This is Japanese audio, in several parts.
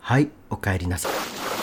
はい、おかえりなさい。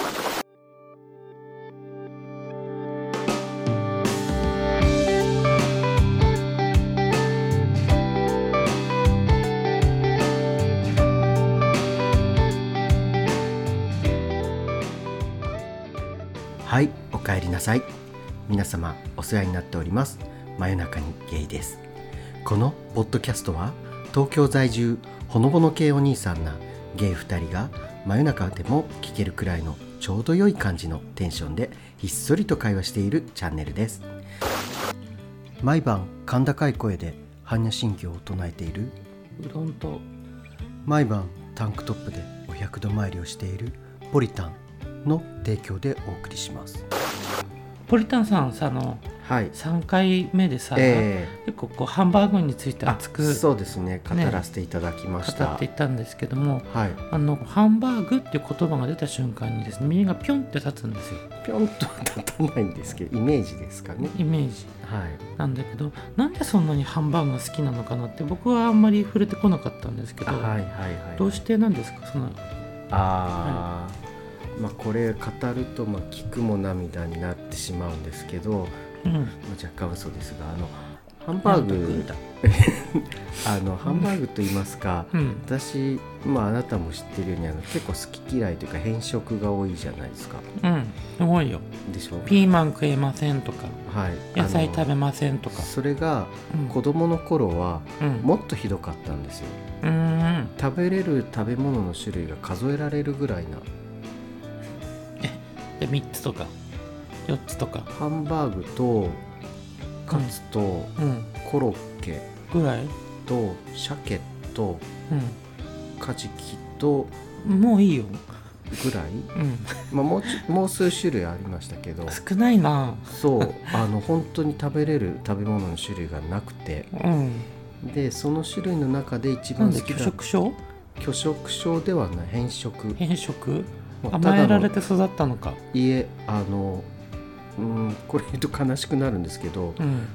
はい、おかえりなさい。皆様お世話になっております。真夜中にゲイです。このポッドキャストは東京在住ほのぼの系お兄さんなゲイ2人が真夜中でも聞けるくらいのちょうど良い感じのテンションでひっそりと会話しているチャンネルです。毎晩甲高い声で般若心経を唱えているうどんと毎晩タンクトップでお百度参りをしているポリタンの提供でお送りします。 ポリタンさんさはい、 3回目でさ、結構こうハンバーグについて熱くそうですね、語らせていただきました。 語っていったんですけども、 はい、 ハンバーグっていう言葉が出た瞬間にですね、耳がピョンって立つんですよ。 ぴょんとは立たないんですけど、イメージですかね。 イメージはい、 なんだけど、なんでそんなにハンバーグが好きなのかなって僕はあんまり触れてこなかったんですけど、 はいはいはい。 どうしてなんですかその。 これ語ると聞くも涙になってしまうんですけど、若干嘘ですが、ハンバーグハンバーグと言いますか、私、あなたも知ってるように結構好き嫌いというか変色が多いじゃないですか。 すごいよ。 でしょ。 ピーマン食えませんとか、 はい、 野菜食べませんとか。 それが子供の頃はもっとひどかったんですよ。食べれる食べ物の種類が数えられるぐらいな。 で3つとか4つとかハンバーグとカツとコロッケぐらいと鮭とカジキともういいよぐらい、もう数種類ありましたけど、 少ないな。 そう本当に食べれる食べ物の種類がなくて、でその種類の中で一番好きだった拒食症ではない、変色甘えられて育ったのか。 いえ、これ言うと悲しくなるんですけど、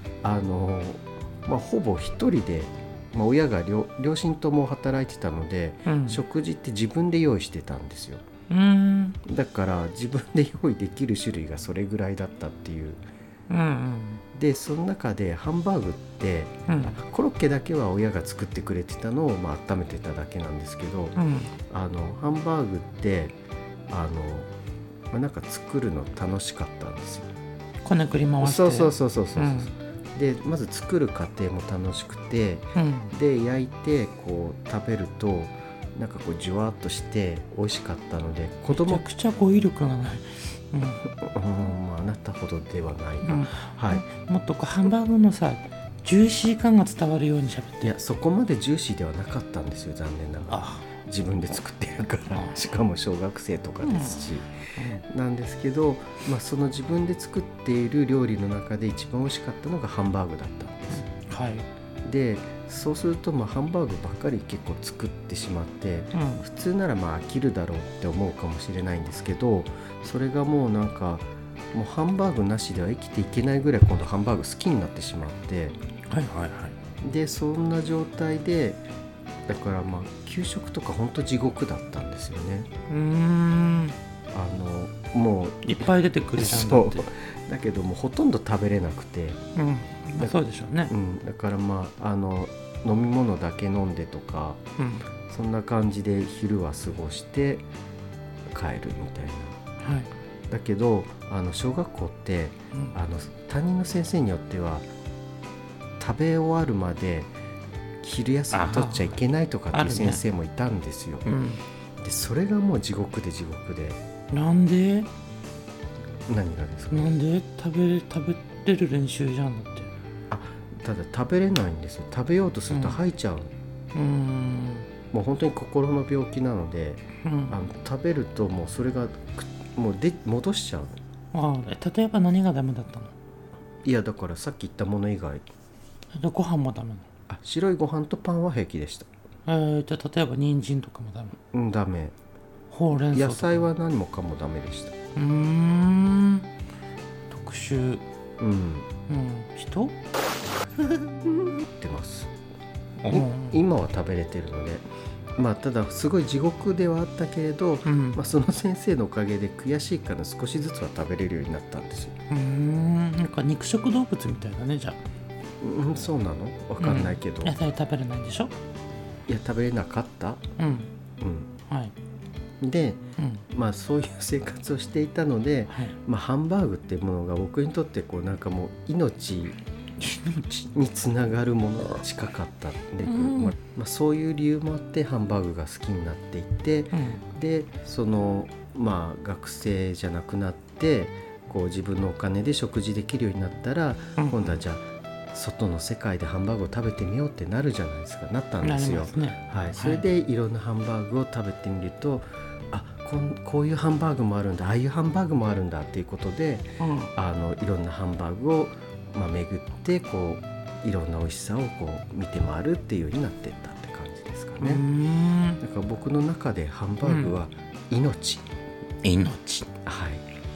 ほぼ一人で、親が両親とも働いてたので、食事って自分で用意してたんですよ。だから自分で用意できる種類がそれぐらいだったっていう、でその中でハンバーグって、コロッケだけは親が作ってくれてたのを、温めてただけなんですけど、ハンバーグってなんか作るの楽しかったんですよ。 こねくり回して。 そう、でまず作る過程も楽しくて、で焼いてこう食べるとなんかこうじゅわっとして美味しかったので、 めちゃくちゃ語彙力がない。 あなたほどではないが、 もっとハンバーグのさジューシー感が伝わるように喋って。 いや、そこまでジューシーではなかったんですよ、残念ながら。自分で作ってるから、しかも小学生とかですし、なんですけど、その自分で作っている料理の中で一番美味しかったのがハンバーグだったんです、でそうするとハンバーグばっかり結構作ってしまって、普通なら飽きるだろうって思うかもしれないんですけど、それがもうなんかもうハンバーグなしでは生きていけないぐらい今度ハンバーグ好きになってしまって、でそんな状態でだから給食とか本当地獄だったんですよね。もういっぱい出てくるじゃん。 だけどもうほとんど食べれなくて、 そうでしょうね。 だから飲み物だけ飲んでとか、そんな感じで昼は過ごして帰るみたいな。だけど小学校って、担任の先生によっては食べ終わるまで昼休み取っちゃいけないとかっていう先生もいたんですよ。でそれがもう地獄で。 なんで？ 何がですか？ なんで食べれる練習じゃんだって。 ただ食べれないんですよ。食べようとすると吐いちゃう。もう本当に心の病気なので、食べるともうそれがもう戻しちゃう。 例えば何がダメだったの？ いやだからさっき言ったもの以外。 ご飯もダメなの？ 白いご飯とパンは平気でした。 じゃあ例えば人参とかもダメ？ ダメ。 ほうれん草とか野菜は何もかもダメでした。 特殊。人？ ってます。今は食べれてるので。 まあただすごい地獄ではあったけれど、 うんまあ、その先生のおかげで悔しいから少しずつは食べれるようになったんですよ。 なんか肉食動物みたいだねじゃあ。 そうなのわかんないけど、 野菜食べれないでしょ。 いや食べれなかった、 はい。 で、 うんまあそういう生活をしていたので、 はい。 まあ、ハンバーグっていうものが僕にとってこうなんかもう命につながるものが近かったんで、まあ、そういう理由もあってハンバーグが好きになっていて、でそのまあ学生じゃなくなってこう自分のお金で食事できるようになったら、今度はじゃあ外の世界でハンバーグを食べてみようってなるじゃないですか。なったんですよ。はい、それでいろんなハンバーグを食べてみると、こういうハンバーグもあるんだ、ああいうハンバーグもあるんだっていうことで、いろんなハンバーグを、巡ってこういろんな美味しさをこう見て回るっていうようになっていったって感じですかね。だから僕の中でハンバーグは命、はい、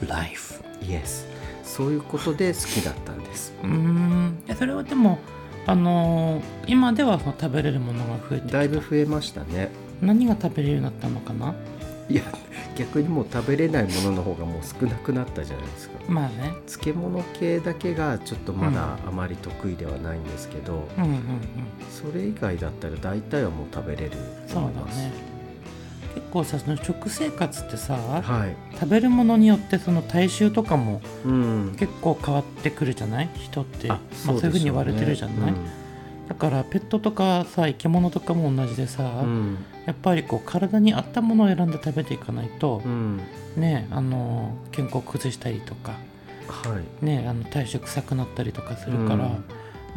ライフ、 イエス、そういうことで好きだったんです。 それはでも今ではその食べれるものが増えてきた。 だいぶ増えましたね。 何が食べれるようになったのかな。 いや逆にもう食べれないものの方がもう少なくなったじゃないですか。 まあね、 漬物系だけがちょっとまだあまり得意ではないんですけど、それ以外だったら大体はもう食べれると思います。 そうだね。結構さ、その食生活ってさ、 はい食べるものによってその体臭とかも結構変わってくるじゃない、人って。そういうふうに言われてるじゃない。だからペットとかさ、生き物とかも同じでさ、やっぱりこう体に合ったものを選んで食べていかないと、ね、健康崩したりとか、ね、体臭臭くなったりとかするから、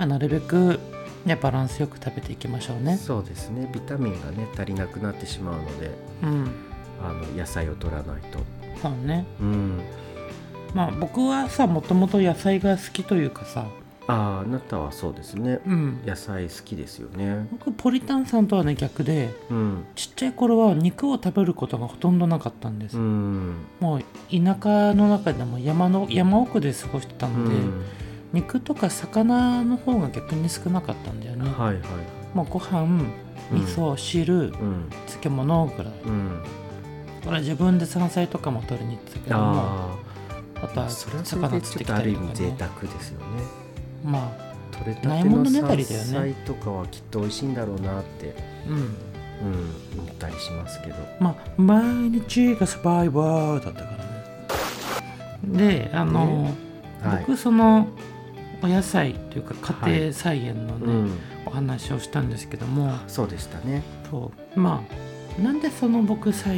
なるべく、ね、バランスよく食べていきましょうね。 そうですね。ビタミンがね足りなくなってしまうので、野菜を取らないと。 そうね。まあ僕はさ、もともと野菜が好きというかさ。 あなたはそうですね、野菜好きですよね。 僕ポリタンさんとはね逆で、ちっちゃい頃は肉を食べることがほとんどなかったんです。もう田舎の中でも山奥で過ごしてたので、肉とか魚の方が逆に少なかったんだよね。もうご飯、味噌、汁、漬物ぐらい。これ自分で山菜とかも取りに行ってたけども、あとは魚釣ってきたりとかね。 贅沢ですよね。取れたての山菜とかはきっと美味しいんだろうなって思ったりしますけど、 毎日がサバイバーだったからね。で僕そのお野菜というか家庭菜園のね、お話をしたんですけども、 そうでしたね。 なんでその僕家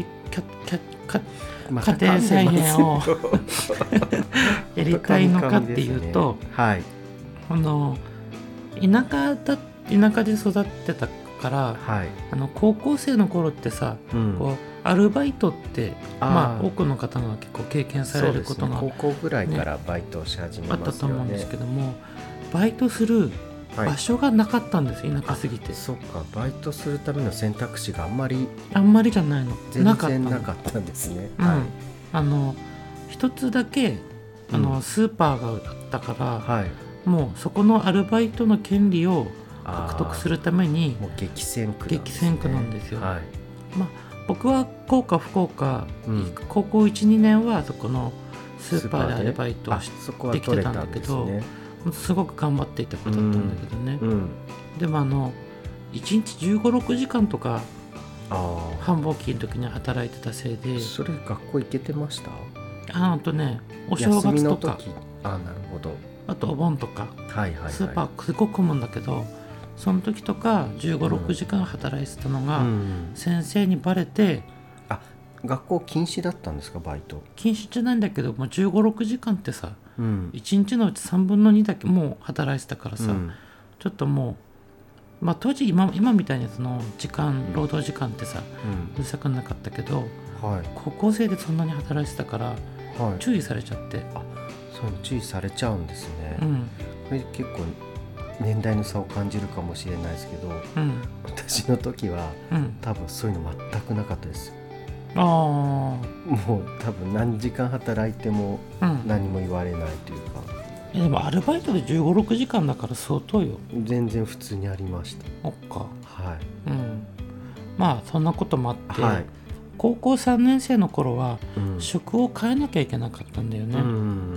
庭菜園をやりたいのかっていうと、田舎で育ってたから、高校生の頃ってさ、こうアルバイトって、多くの方が結構経験されることが、 高校ぐらいからバイトをし始めますよね。 あったと思うんですけども、バイトする場所がなかったんです、田舎すぎて。 そっか、バイトするための選択肢があんまりじゃないの。 全然なかったんですね。 一つだけスーパーがあったから、もうそこのアルバイトの権利を獲得するためにもう激戦区なんですよ。僕は幸か不幸か、高校 1,2 年はそこのスーパーでアルバイトをできてたんだけど、すごく頑張っていた子だったんだけどね。でも1日15、6時間とか繁忙期の時に働いてたせいで。 それ学校行けてました？ お正月とか、 なるほど。 あとお盆とか、スーパーすごく混むんだけど、その時とか15、6時間働いてたのが、先生にバレて。 学校禁止だったんですか？バイト禁止じゃないんだけど、もう15、6時間ってさ、1日のうち3分の2だけもう働いてたからさ、ちょっともう、当時今みたいにその労働時間ってさ、うるさくなかったけど、高校生でそんなに働いてたから、注意されちゃって。 そういうの注意されちゃうんですね。これ結構年代の差を感じるかもしれないですけど、私の時は、多分そういうの全くなかったです。もう多分何時間働いても何も言われないというか。 でもアルバイトで15、6時間だから相当よ。 全然普通にありました。 そっか。 まあそんなこともあって、 はい、 高校3年生の頃はうん職を変えなきゃいけなかったんだよね、 うん、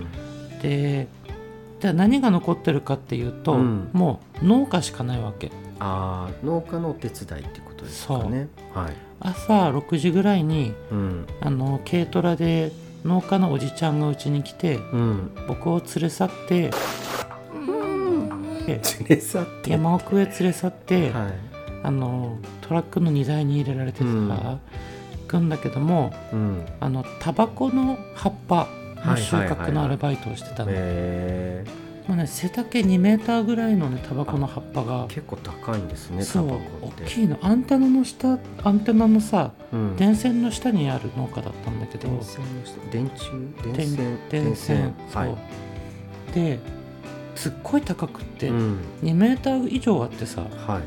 でじゃあ何が残ってるかっていうと、もう農家しかないわけ。 農家のお手伝いってことですかね。はい、 朝6時ぐらいにうん軽トラで農家のおじちゃんがうちに来て、僕を連れ去って連れ去って山奥へ連れ去って、 はい、 トラックの荷台に入れられてさ、行くんだけども、タバコの葉っぱの収穫のアルバイトをしてたの。まあね、背丈2メーターぐらいのねタバコの葉っぱが結構高いんですね。 そうタバコって大きいの。アンテナのさ、電線の下にある農家だったんだけど、 電線の下、 電線そう、 はい、 ですっごい高くって2メーター以上あってさ、 はい、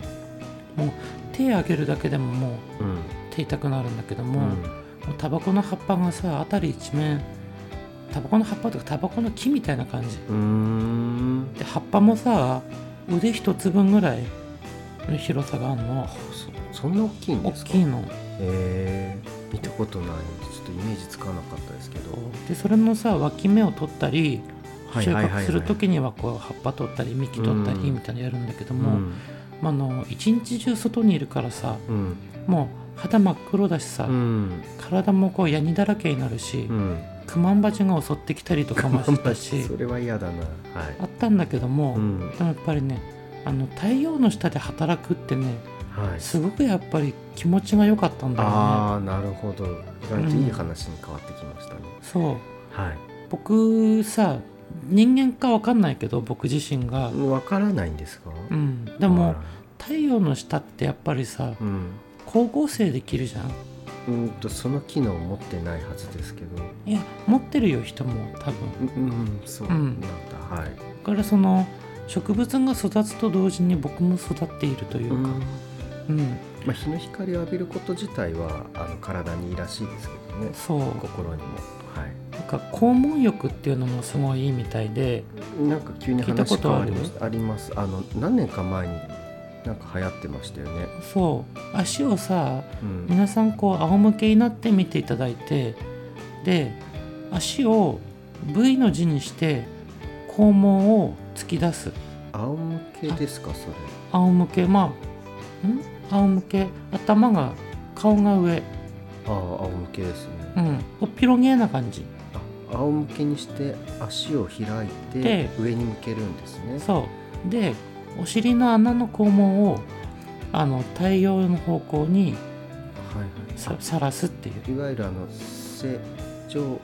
もう手上げるだけでももう手痛くなるんだけども、もうタバコの葉っぱがさ辺り一面タバコの葉っぱとかタバコの木みたいな感じで、葉っぱもさ腕一つ分ぐらいの広さがあるの。 そんな大きいんですか？ 大きいの。 見たことないのでちょっとイメージつかなかったですけど、 でそれのさ脇芽を取ったり収穫する時にはこう葉っぱ取ったり幹取ったりみたいなのやるんだけども、一日中外にいるからさ、もう肌真っ黒だしさ、体もこうヤニだらけになるし、クマンバチが襲ってきたりとかもしたしそれは嫌だな、はい、 あったんだけども、でもやっぱりね太陽の下で働くってね、すごくやっぱり気持ちが良かったんだよね。 なるほど。意外といい話に変わってきましたね。 そう、 はい、 僕さ人間か分かんないけど僕自身が分からないんですか？ でも太陽の下ってやっぱりさ、光合成できるじゃん。 その機能を持ってないはずですけど。 いや持ってるよ人も多分。 そうなんだ、はい。 だからその植物が育つと同時に僕も育っているというか、 日の光を浴びること自体は体にいいらしいですけどね。 そう心にも、はい。 なんか肛門浴っていうのもすごいいいみたいで、 なんか急に話変わりました。あります。何年か前になんか流行ってましたよね。 そう足をさ、皆さんこう仰向けになって見ていただいて、で足を V の字にして肛門を突き出す。 仰向けですか？それ仰向け、仰向け、頭が顔が上。 仰向けですね。 ピロゲーな感じ。 仰向けにして足を開いて上に向けるんですね。 そうでお尻の穴の肛門を太陽の方向にさらすっていう、 いわゆる正常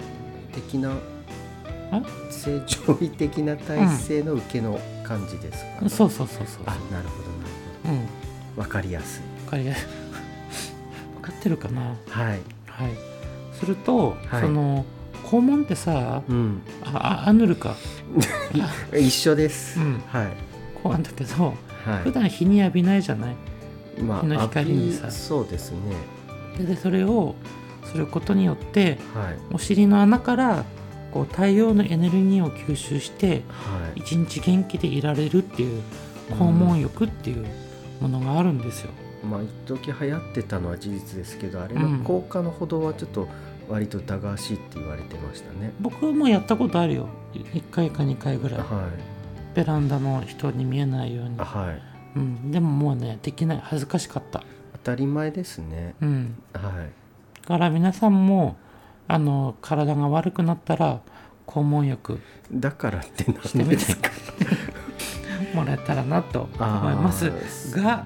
位的な体勢の受けの感じですか、ね？ そう。 なるほどなるほど。わかりやすい。 分かってるかな？ はい。 すると、その肛門ってさ、アヌルか一緒です。 こうなんだけど、普段日に浴びないじゃない、日の光にさ。 そうですね。 でそれをすることによって、お尻の穴からこう太陽のエネルギーを吸収して、一日元気でいられるっていう肛門浴っていうものがあるんですよ。 一時流行ってたのは事実ですけど、あれの効果のほどはちょっと割と疑わしいって言われてましたね。 僕もやったことあるよ。1回か2回ぐらい、ベランダの人に見えないように、でももうねできない。恥ずかしかった。 当たり前ですね。 だから皆さんも体が悪くなったら肛門浴だからってしてみてもらえたらなと思いますが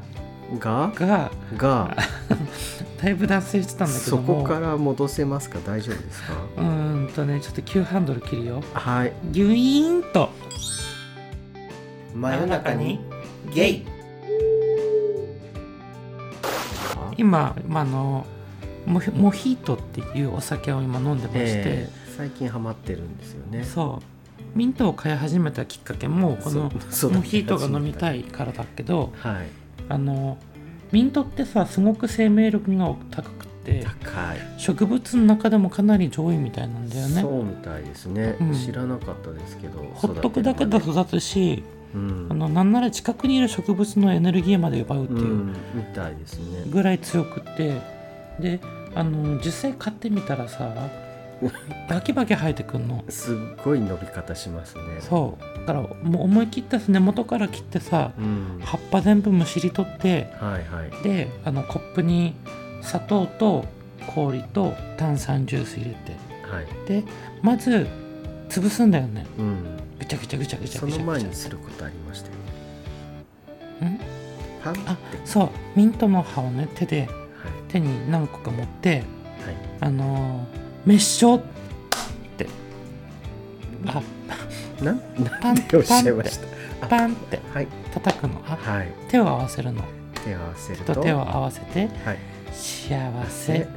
だいぶ脱線してたんだけども、 そこから戻せますか？大丈夫ですか？ ちょっと急ハンドル切るよ。 はい。 ギュイーンと真夜中にゲイ。 今モヒートっていうお酒を今飲んでまして、 最近ハマってるんですよね。 ミントを買い始めたきっかけもこのモヒートが飲みたいからだけど、ミントってさすごく生命力が高くて、植物の中でもかなり上位みたいなんだよね。 そうみたいですね、知らなかったですけど。 ほっとくだけで育つし、 なんなら近くにいる植物のエネルギーまで奪うっていう、 みたいですねぐらい強くってで実際買ってみたらさバキバキ生えてくんの。 すっごい伸び方しますね。 そうだからもう思い切った根元から切ってさ、葉っぱ全部むしり取って、でコップに砂糖と氷と炭酸ジュース入れて、でまず潰すんだよね、ぐちゃぐちゃぐちゃぐちゃぐちゃ。 その前にすることありましたよね。パンって。 そうミントの葉をね手に何個か持って、滅傷ってなんておっしゃいました。 パンって叩くの、手を合わせるの。 手を合わせると手を合わせて、幸せ、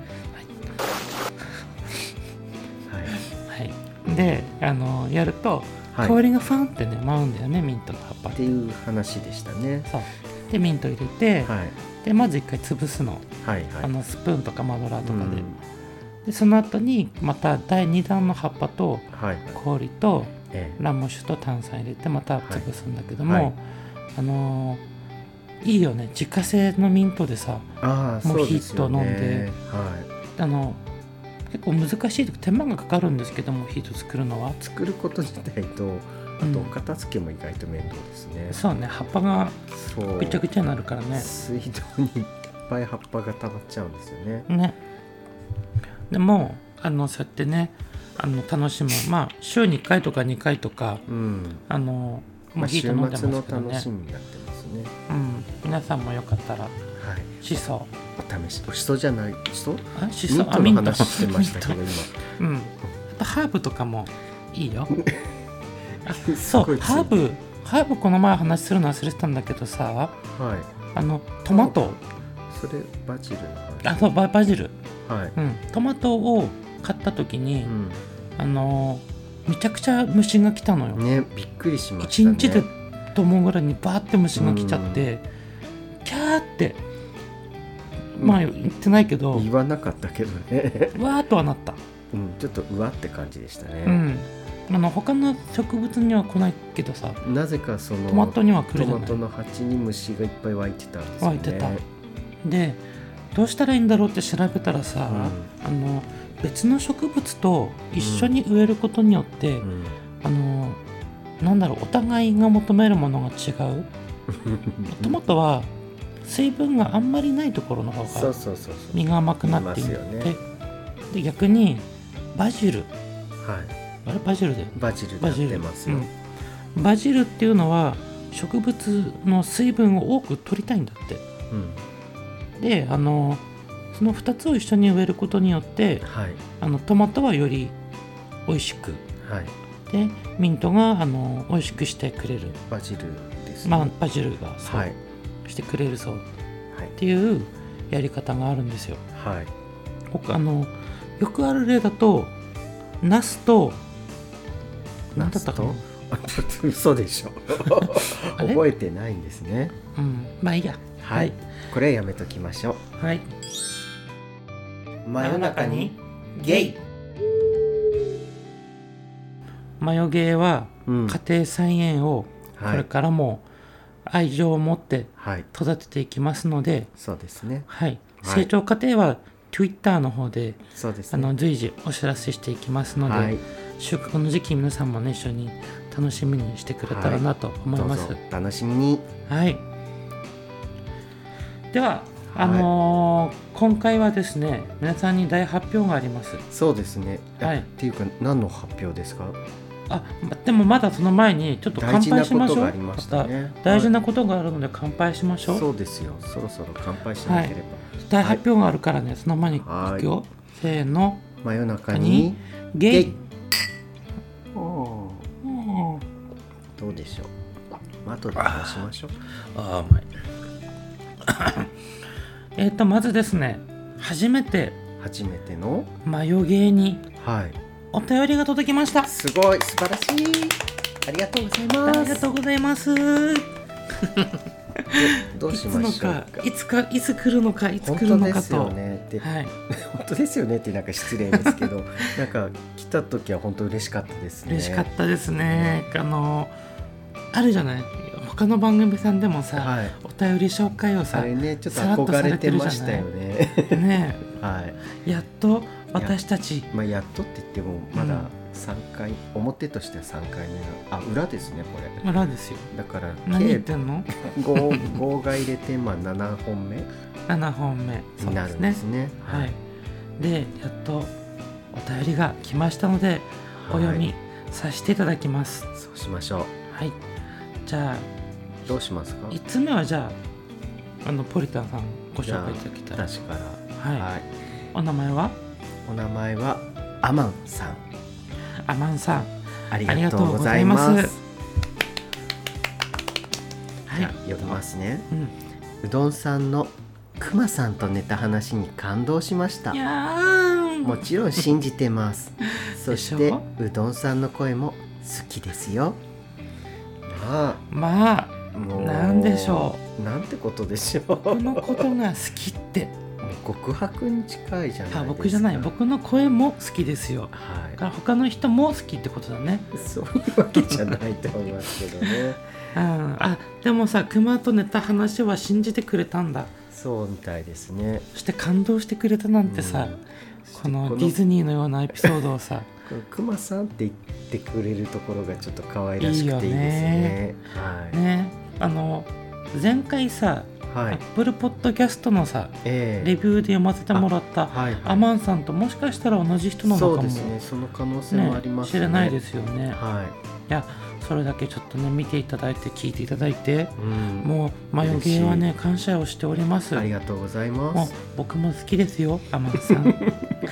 でやると香りがファンってね舞うんだよね、ミントの葉っぱっていう話でしたね。 そうでミント入れて、でまず一回潰すの、スプーンとかマドラーとかで、その後にまた第2弾の葉っぱと氷とラム酒と炭酸入れてまた潰すんだけども、いいよね、自家製のミントでさ、もうヒート飲んで、結構難しい手間がかかるんですけども、ヒート作るのは作ること自体と、あと片付けも意外と面倒ですね。 そうね、葉っぱがぐちゃぐちゃになるからね。 水道にいっぱい葉っぱが溜まっちゃうんですよね。でもそうやってね楽しむ、週に1回とか2回とか、ヒート飲んでますけどね。週末の楽しみになってますね。皆さんもよかったら、シソお試し。シソじゃない、シソ？ シソ、 ミントの話してましたけど今。 あとハーブとかもいいよ。そう、ハーブこの前話するの忘れてたんだけどさ、トマト。 それバジルの話。 そう、バジル。トマトを買った時に、めちゃくちゃ虫が来たのよ。 ね、びっくりしましたね。 1日でと思うぐらいにバーって虫が来ちゃって、キャーって言ってないけど、 言わなかったけどね。 わーっとはなった。 ちょっとうわって感じでしたね。 他の植物には来ないけどさ、 なぜかそのトマトには来るじゃない。 トマトの鉢に虫がいっぱい湧いてたんですよね。 湧いてた。でどうしたらいいんだろうって調べたらさ、別の植物と一緒に植えることによって、お互いが求めるものが違う。トマトは水分があんまりないところの方が実が甘くなっているので、で逆にバジル、バジルでやってますよ。 バジルっていうのは植物の水分を多く取りたいんだって。でその2つを一緒に植えることによって、トマトはより美味しく、でミントが美味しくしてくれる。 バジルですね。 バジルがそうしてくれるそう、っていうやり方があるんですよ。よくある例だとナスと何だったかな。 嘘でしょ。覚えてないんですね。 まあいいや。 これやめときましょう。 真夜中にゲイ。マヨゲーは家庭菜園をこれからも愛情を持って育てていきますので、 そうですね。 成長過程は Twitter の方で随時お知らせしていきますので、収穫の時期皆さんもね一緒に楽しみにしてくれたらなと思います。 どうぞ楽しみに。 では今回はですね、皆さんに大発表があります。 そうですね。っていうか何の発表ですか？ でもまだその前にちょっと乾杯しましょう。大事なことがあるので乾杯しましょう。 そうですよ。そろそろ乾杯しなければ。 大発表があるからね、その前にいくよ。せーの。 真夜中にゲイ。どうでしょう。後で話しましょう。 うまい。まずですね、初めてのマヨゲーにお便りが届きました。 すごい、素晴らしい。ありがとうございます。 ありがとうございます。 どうしましょうか。 いつ来るのか、いつ来るのかと。 本当ですよねってなんか失礼ですけど、なんか来た時は本当嬉しかったですね。 嬉しかったですね。 あるじゃない、他の番組さんでもさ、 はい、 お便り紹介をさ、 あれねちょっと憧れてましたよね。 ねはい、 やっと私たちやっとって言ってもまだ3回、表としては3回目が裏ですねこれ。 裏ですよ。 だから何言ってんの 5が入れて7本目 7本目になるんですね。 はい、でやっとお便りが来ましたので、お読みさせていただきます。 そうしましょう。 はい、じゃあどうしますか。 1つ目はじゃあポリタンさんご紹介いただきたい。 私から、 はい、お名前はアマンさん。 アマンさん、 ありがとうございます。 はい、 読みますね。うどんさんのくまさんと寝た話に感動しました。 いやー、 もちろん信じてますそしてうどんさんの声も好きですよ。 まあなんでしょう、なんてことでしょう。 僕のことが好きって告白に近いじゃないですか。 僕じゃない、僕の声も好きですよ。 はい、 だから他の人も好きってことだね。 そういうわけじゃないと思いますけどね。 でもさ、熊と寝た話は信じてくれたんだ。 そうみたいですね。 そして感動してくれたなんてさ、このディズニーのようなエピソードをさ熊さんって言ってくれるところがちょっと可愛らしくていいですね。はい、 ね、前回さ、 はい、 Apple Podcast のさ、レビューで読ませてもらったアマンさんともしかしたら同じ人なのかも。 そうですね、その可能性もありますね。 知れないですよね。 はい、 いや、それだけちょっとね見ていただいて聞いていただいて、もうマヨゲーはね感謝をしております。 ありがとうございます。 もう僕も好きですよ、アマンさん。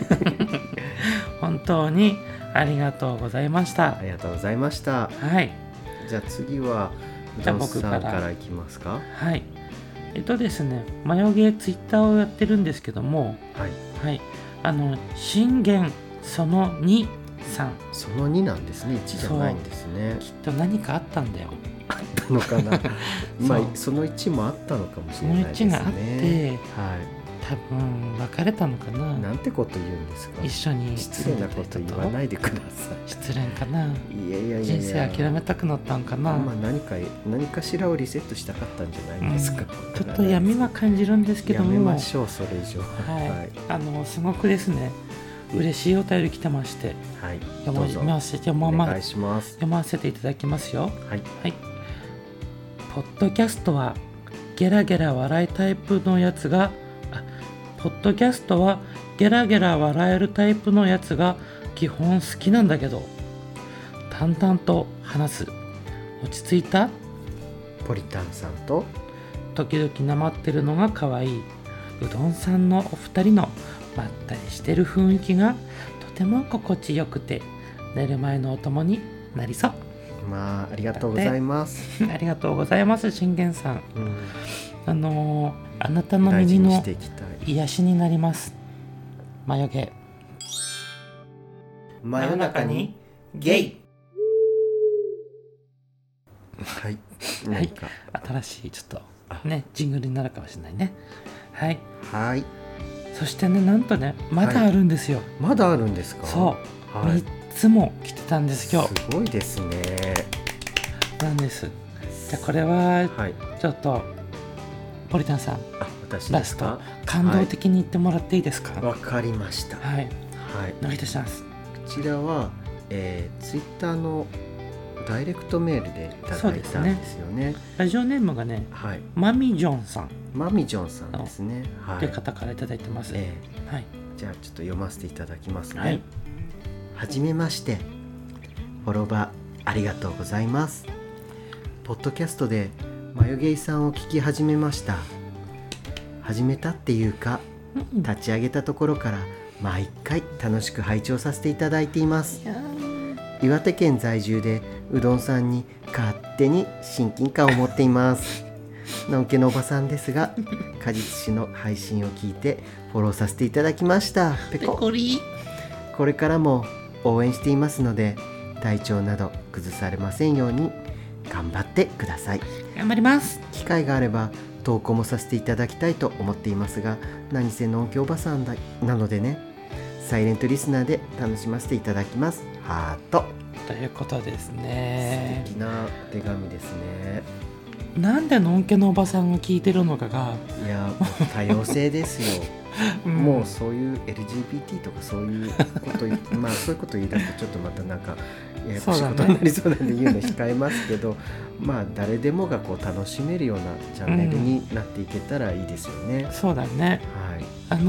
本当にありがとうございました。 ありがとうございました。 はい。 じゃあ次はうどんさんからいきますか。 はい。ですね、マヨゲーツイッターをやってるんですけども、はい。信玄その2さん。 その2なんですね。1じゃないんですね。 きっと何かあったんだよ。 あったのかな。その1もあったのかもしれないですね。 その1があって、 はい。 多分別れたのかな。 なんてこと言うんですか。 一緒に失礼なこと言わないでください。 失恋かな。 いや人生諦めたくなったんかな。 何かしらをリセットしたかったんじゃないですか。 ちょっと闇は感じるんですけども。 やめましょう、それ以上。 はい。すごくですね、嬉しいお便り来てまして、 はい、 読ませていただきますよ。 はい。 ポッドキャストはゲラゲラ笑いタイプのやつがポッドキャストはゲラゲラ笑えるタイプのやつが基本好きなんだけど、淡々と話す落ち着いたポリタンさんと時々なまってるのが可愛いうどんさんのお二人のまったりしてる雰囲気がとても心地よくて寝る前のお供になりそう。 ありがとうございます。 ありがとうございます、信玄さん。あなたの耳の癒しになります。マヨゲー。真夜中にゲイ。はい。 新しいちょっとねジングルになるかもしれないね。はい。 はい。 そしてね、なんとねまだあるんですよ。 まだあるんですか。 そう。3つも来てたんです今日。 すごいですね。 なんです。じゃあこれはちょっとポリタンさん、ラスト感動的に言ってもらっていいですか。 わかりました。 はい。お願いいたします。 こちらはツイッターのダイレクトメールでいただいたんですよね。 ラジオネームがね、マミジョンさん。 マミジョンさんですね。 という方からいただいてます。 じゃあちょっと読ませていただきますね。はじめまして。フォロバーありがとうございます。ポッドキャストでマヨゲイさんを聞き始めました。始めたっていうか、立ち上げたところから毎回楽しく拝聴させていただいています。岩手県在住でうどんさんに勝手に親近感を持っています。のんけのおばさんですが、果実酒の配信を聞いてフォローさせていただきました。ペコリ。これからも応援していますので、体調など崩されませんように頑張ってください。 頑張ります。 機会があれば投稿もさせていただきたいと思っていますが、何せのんけおばさんなのでね、サイレントリスナーで楽しませていただきます。ハート。 ということですね。 素敵な手紙ですね。 なんでのんけのおばさんが聞いてるのかが、 いやもう多様性ですよ、もうそういう LGBT とかそういうことまあそういうこと言い出すとちょっとまたなんかややこしいことになりそうなんで言うの控えますけど、まあ誰でもがこう楽しめるようなチャンネルになっていけたらいいですよね。 そうだね。 はい。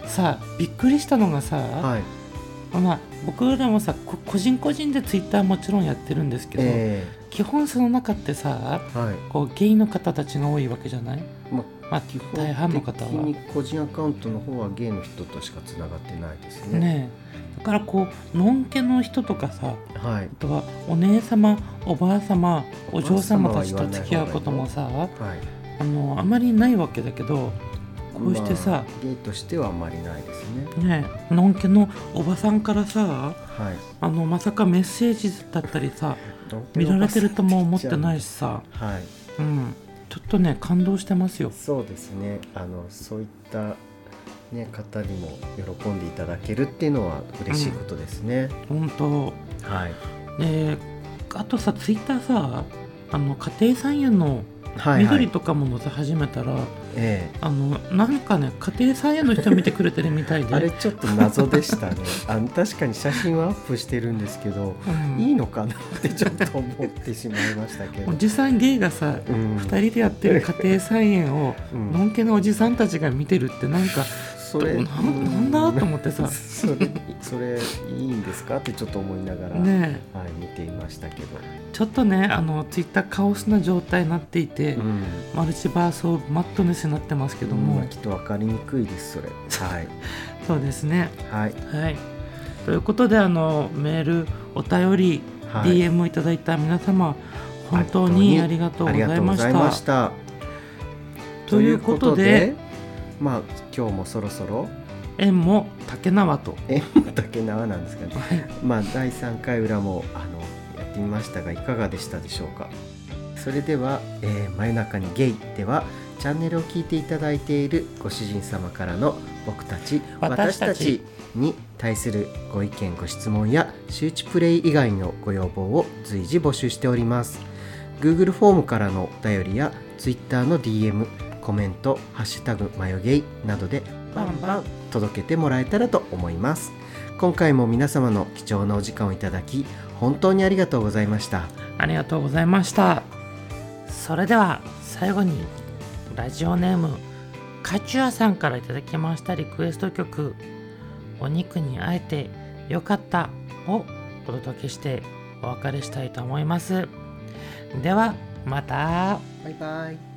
さびっくりしたのがさ、 はい。 僕らもさ個人個人でツイッターもちろんやってるんですけど、基本その中ってさ、こうゲイの方たちが多いわけじゃない？基本大半の方は基本的に個人アカウントの方はゲイの人としかつながってないですね。 だからこうのんけの人とかさ、 あとはお姉様おばあ様お嬢様たちと付き合うこともさ、あまりないわけだけど、こうしてさ、 ゲイとしてはあんまりないですね。 のんけのおばさんからさ、まさかメッセージだったりさ見られてるとも思ってないしさ、ちょっとね感動してますよ。 そうですね。そういった方にも喜んでいただけるっていうのは嬉しいことですね。 本当。であとさツイッターさ家庭菜園の緑とかも載せ始めたら、なんかね家庭菜園の人見てくれてるみたいであれちょっと謎でしたね。確かに写真はアップしてるんですけど、いいのかなってちょっと思ってしまいましたけど、 おじさんゲイがさ、2人でやってる家庭菜園を、のんけのおじさんたちが見てるってなんかそれなんだと思ってさそれいいんですかってちょっと思いながら、見ていましたけど、 ちょっとねツイッターカオスな状態になっていて、マルチバースオブマットネスになってますけども、 きっと分かりにくいですそれ。 そうですね。ということでメールお便り、DM いただいた皆様本当にありがとうございました。ということで今日もそろそろ縁も竹縄と縁も竹縄なんですかね。第3回裏もやってみましたがいかがでしたでしょうか。それでは、真夜中にゲイではチャンネルを聞いていただいているご主人様からの私たちに対するご意見ご質問や周知プレイ以外のご要望を随時募集しております。 Google フォームからのお便りや Twitter の DMコメント、ハッシュタグマヨゲイなどでバンバン届けてもらえたらと思います。今回も皆様の貴重なお時間をいただき本当にありがとうございました。 ありがとうございました。それでは最後にラジオネームカチュアさんからいただきましたリクエスト曲お肉に会えてよかったをお届けしてお別れしたいと思います。ではまた。 バイバイ。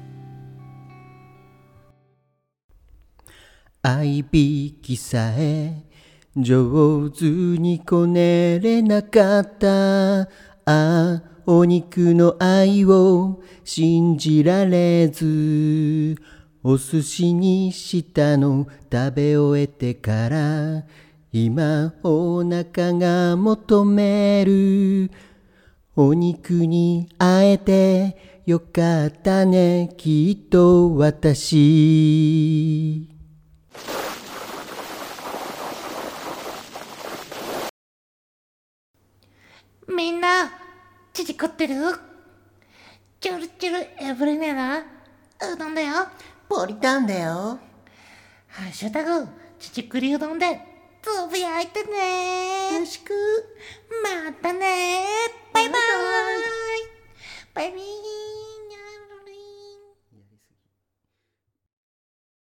合いびきさえ上手にこねれなかったお肉の愛を信じられずお寿司にしたの食べ終えてから今お腹が求めるお肉に会えてよかったねきっと私。 みんなチチ食ってる？チュルチュルエブリネラうどんだよ。 ポリタンだよ。 ハッシュタグチチクリうどんでつぶやいてね。 よろしく。 またね。バイバイ。バイビー。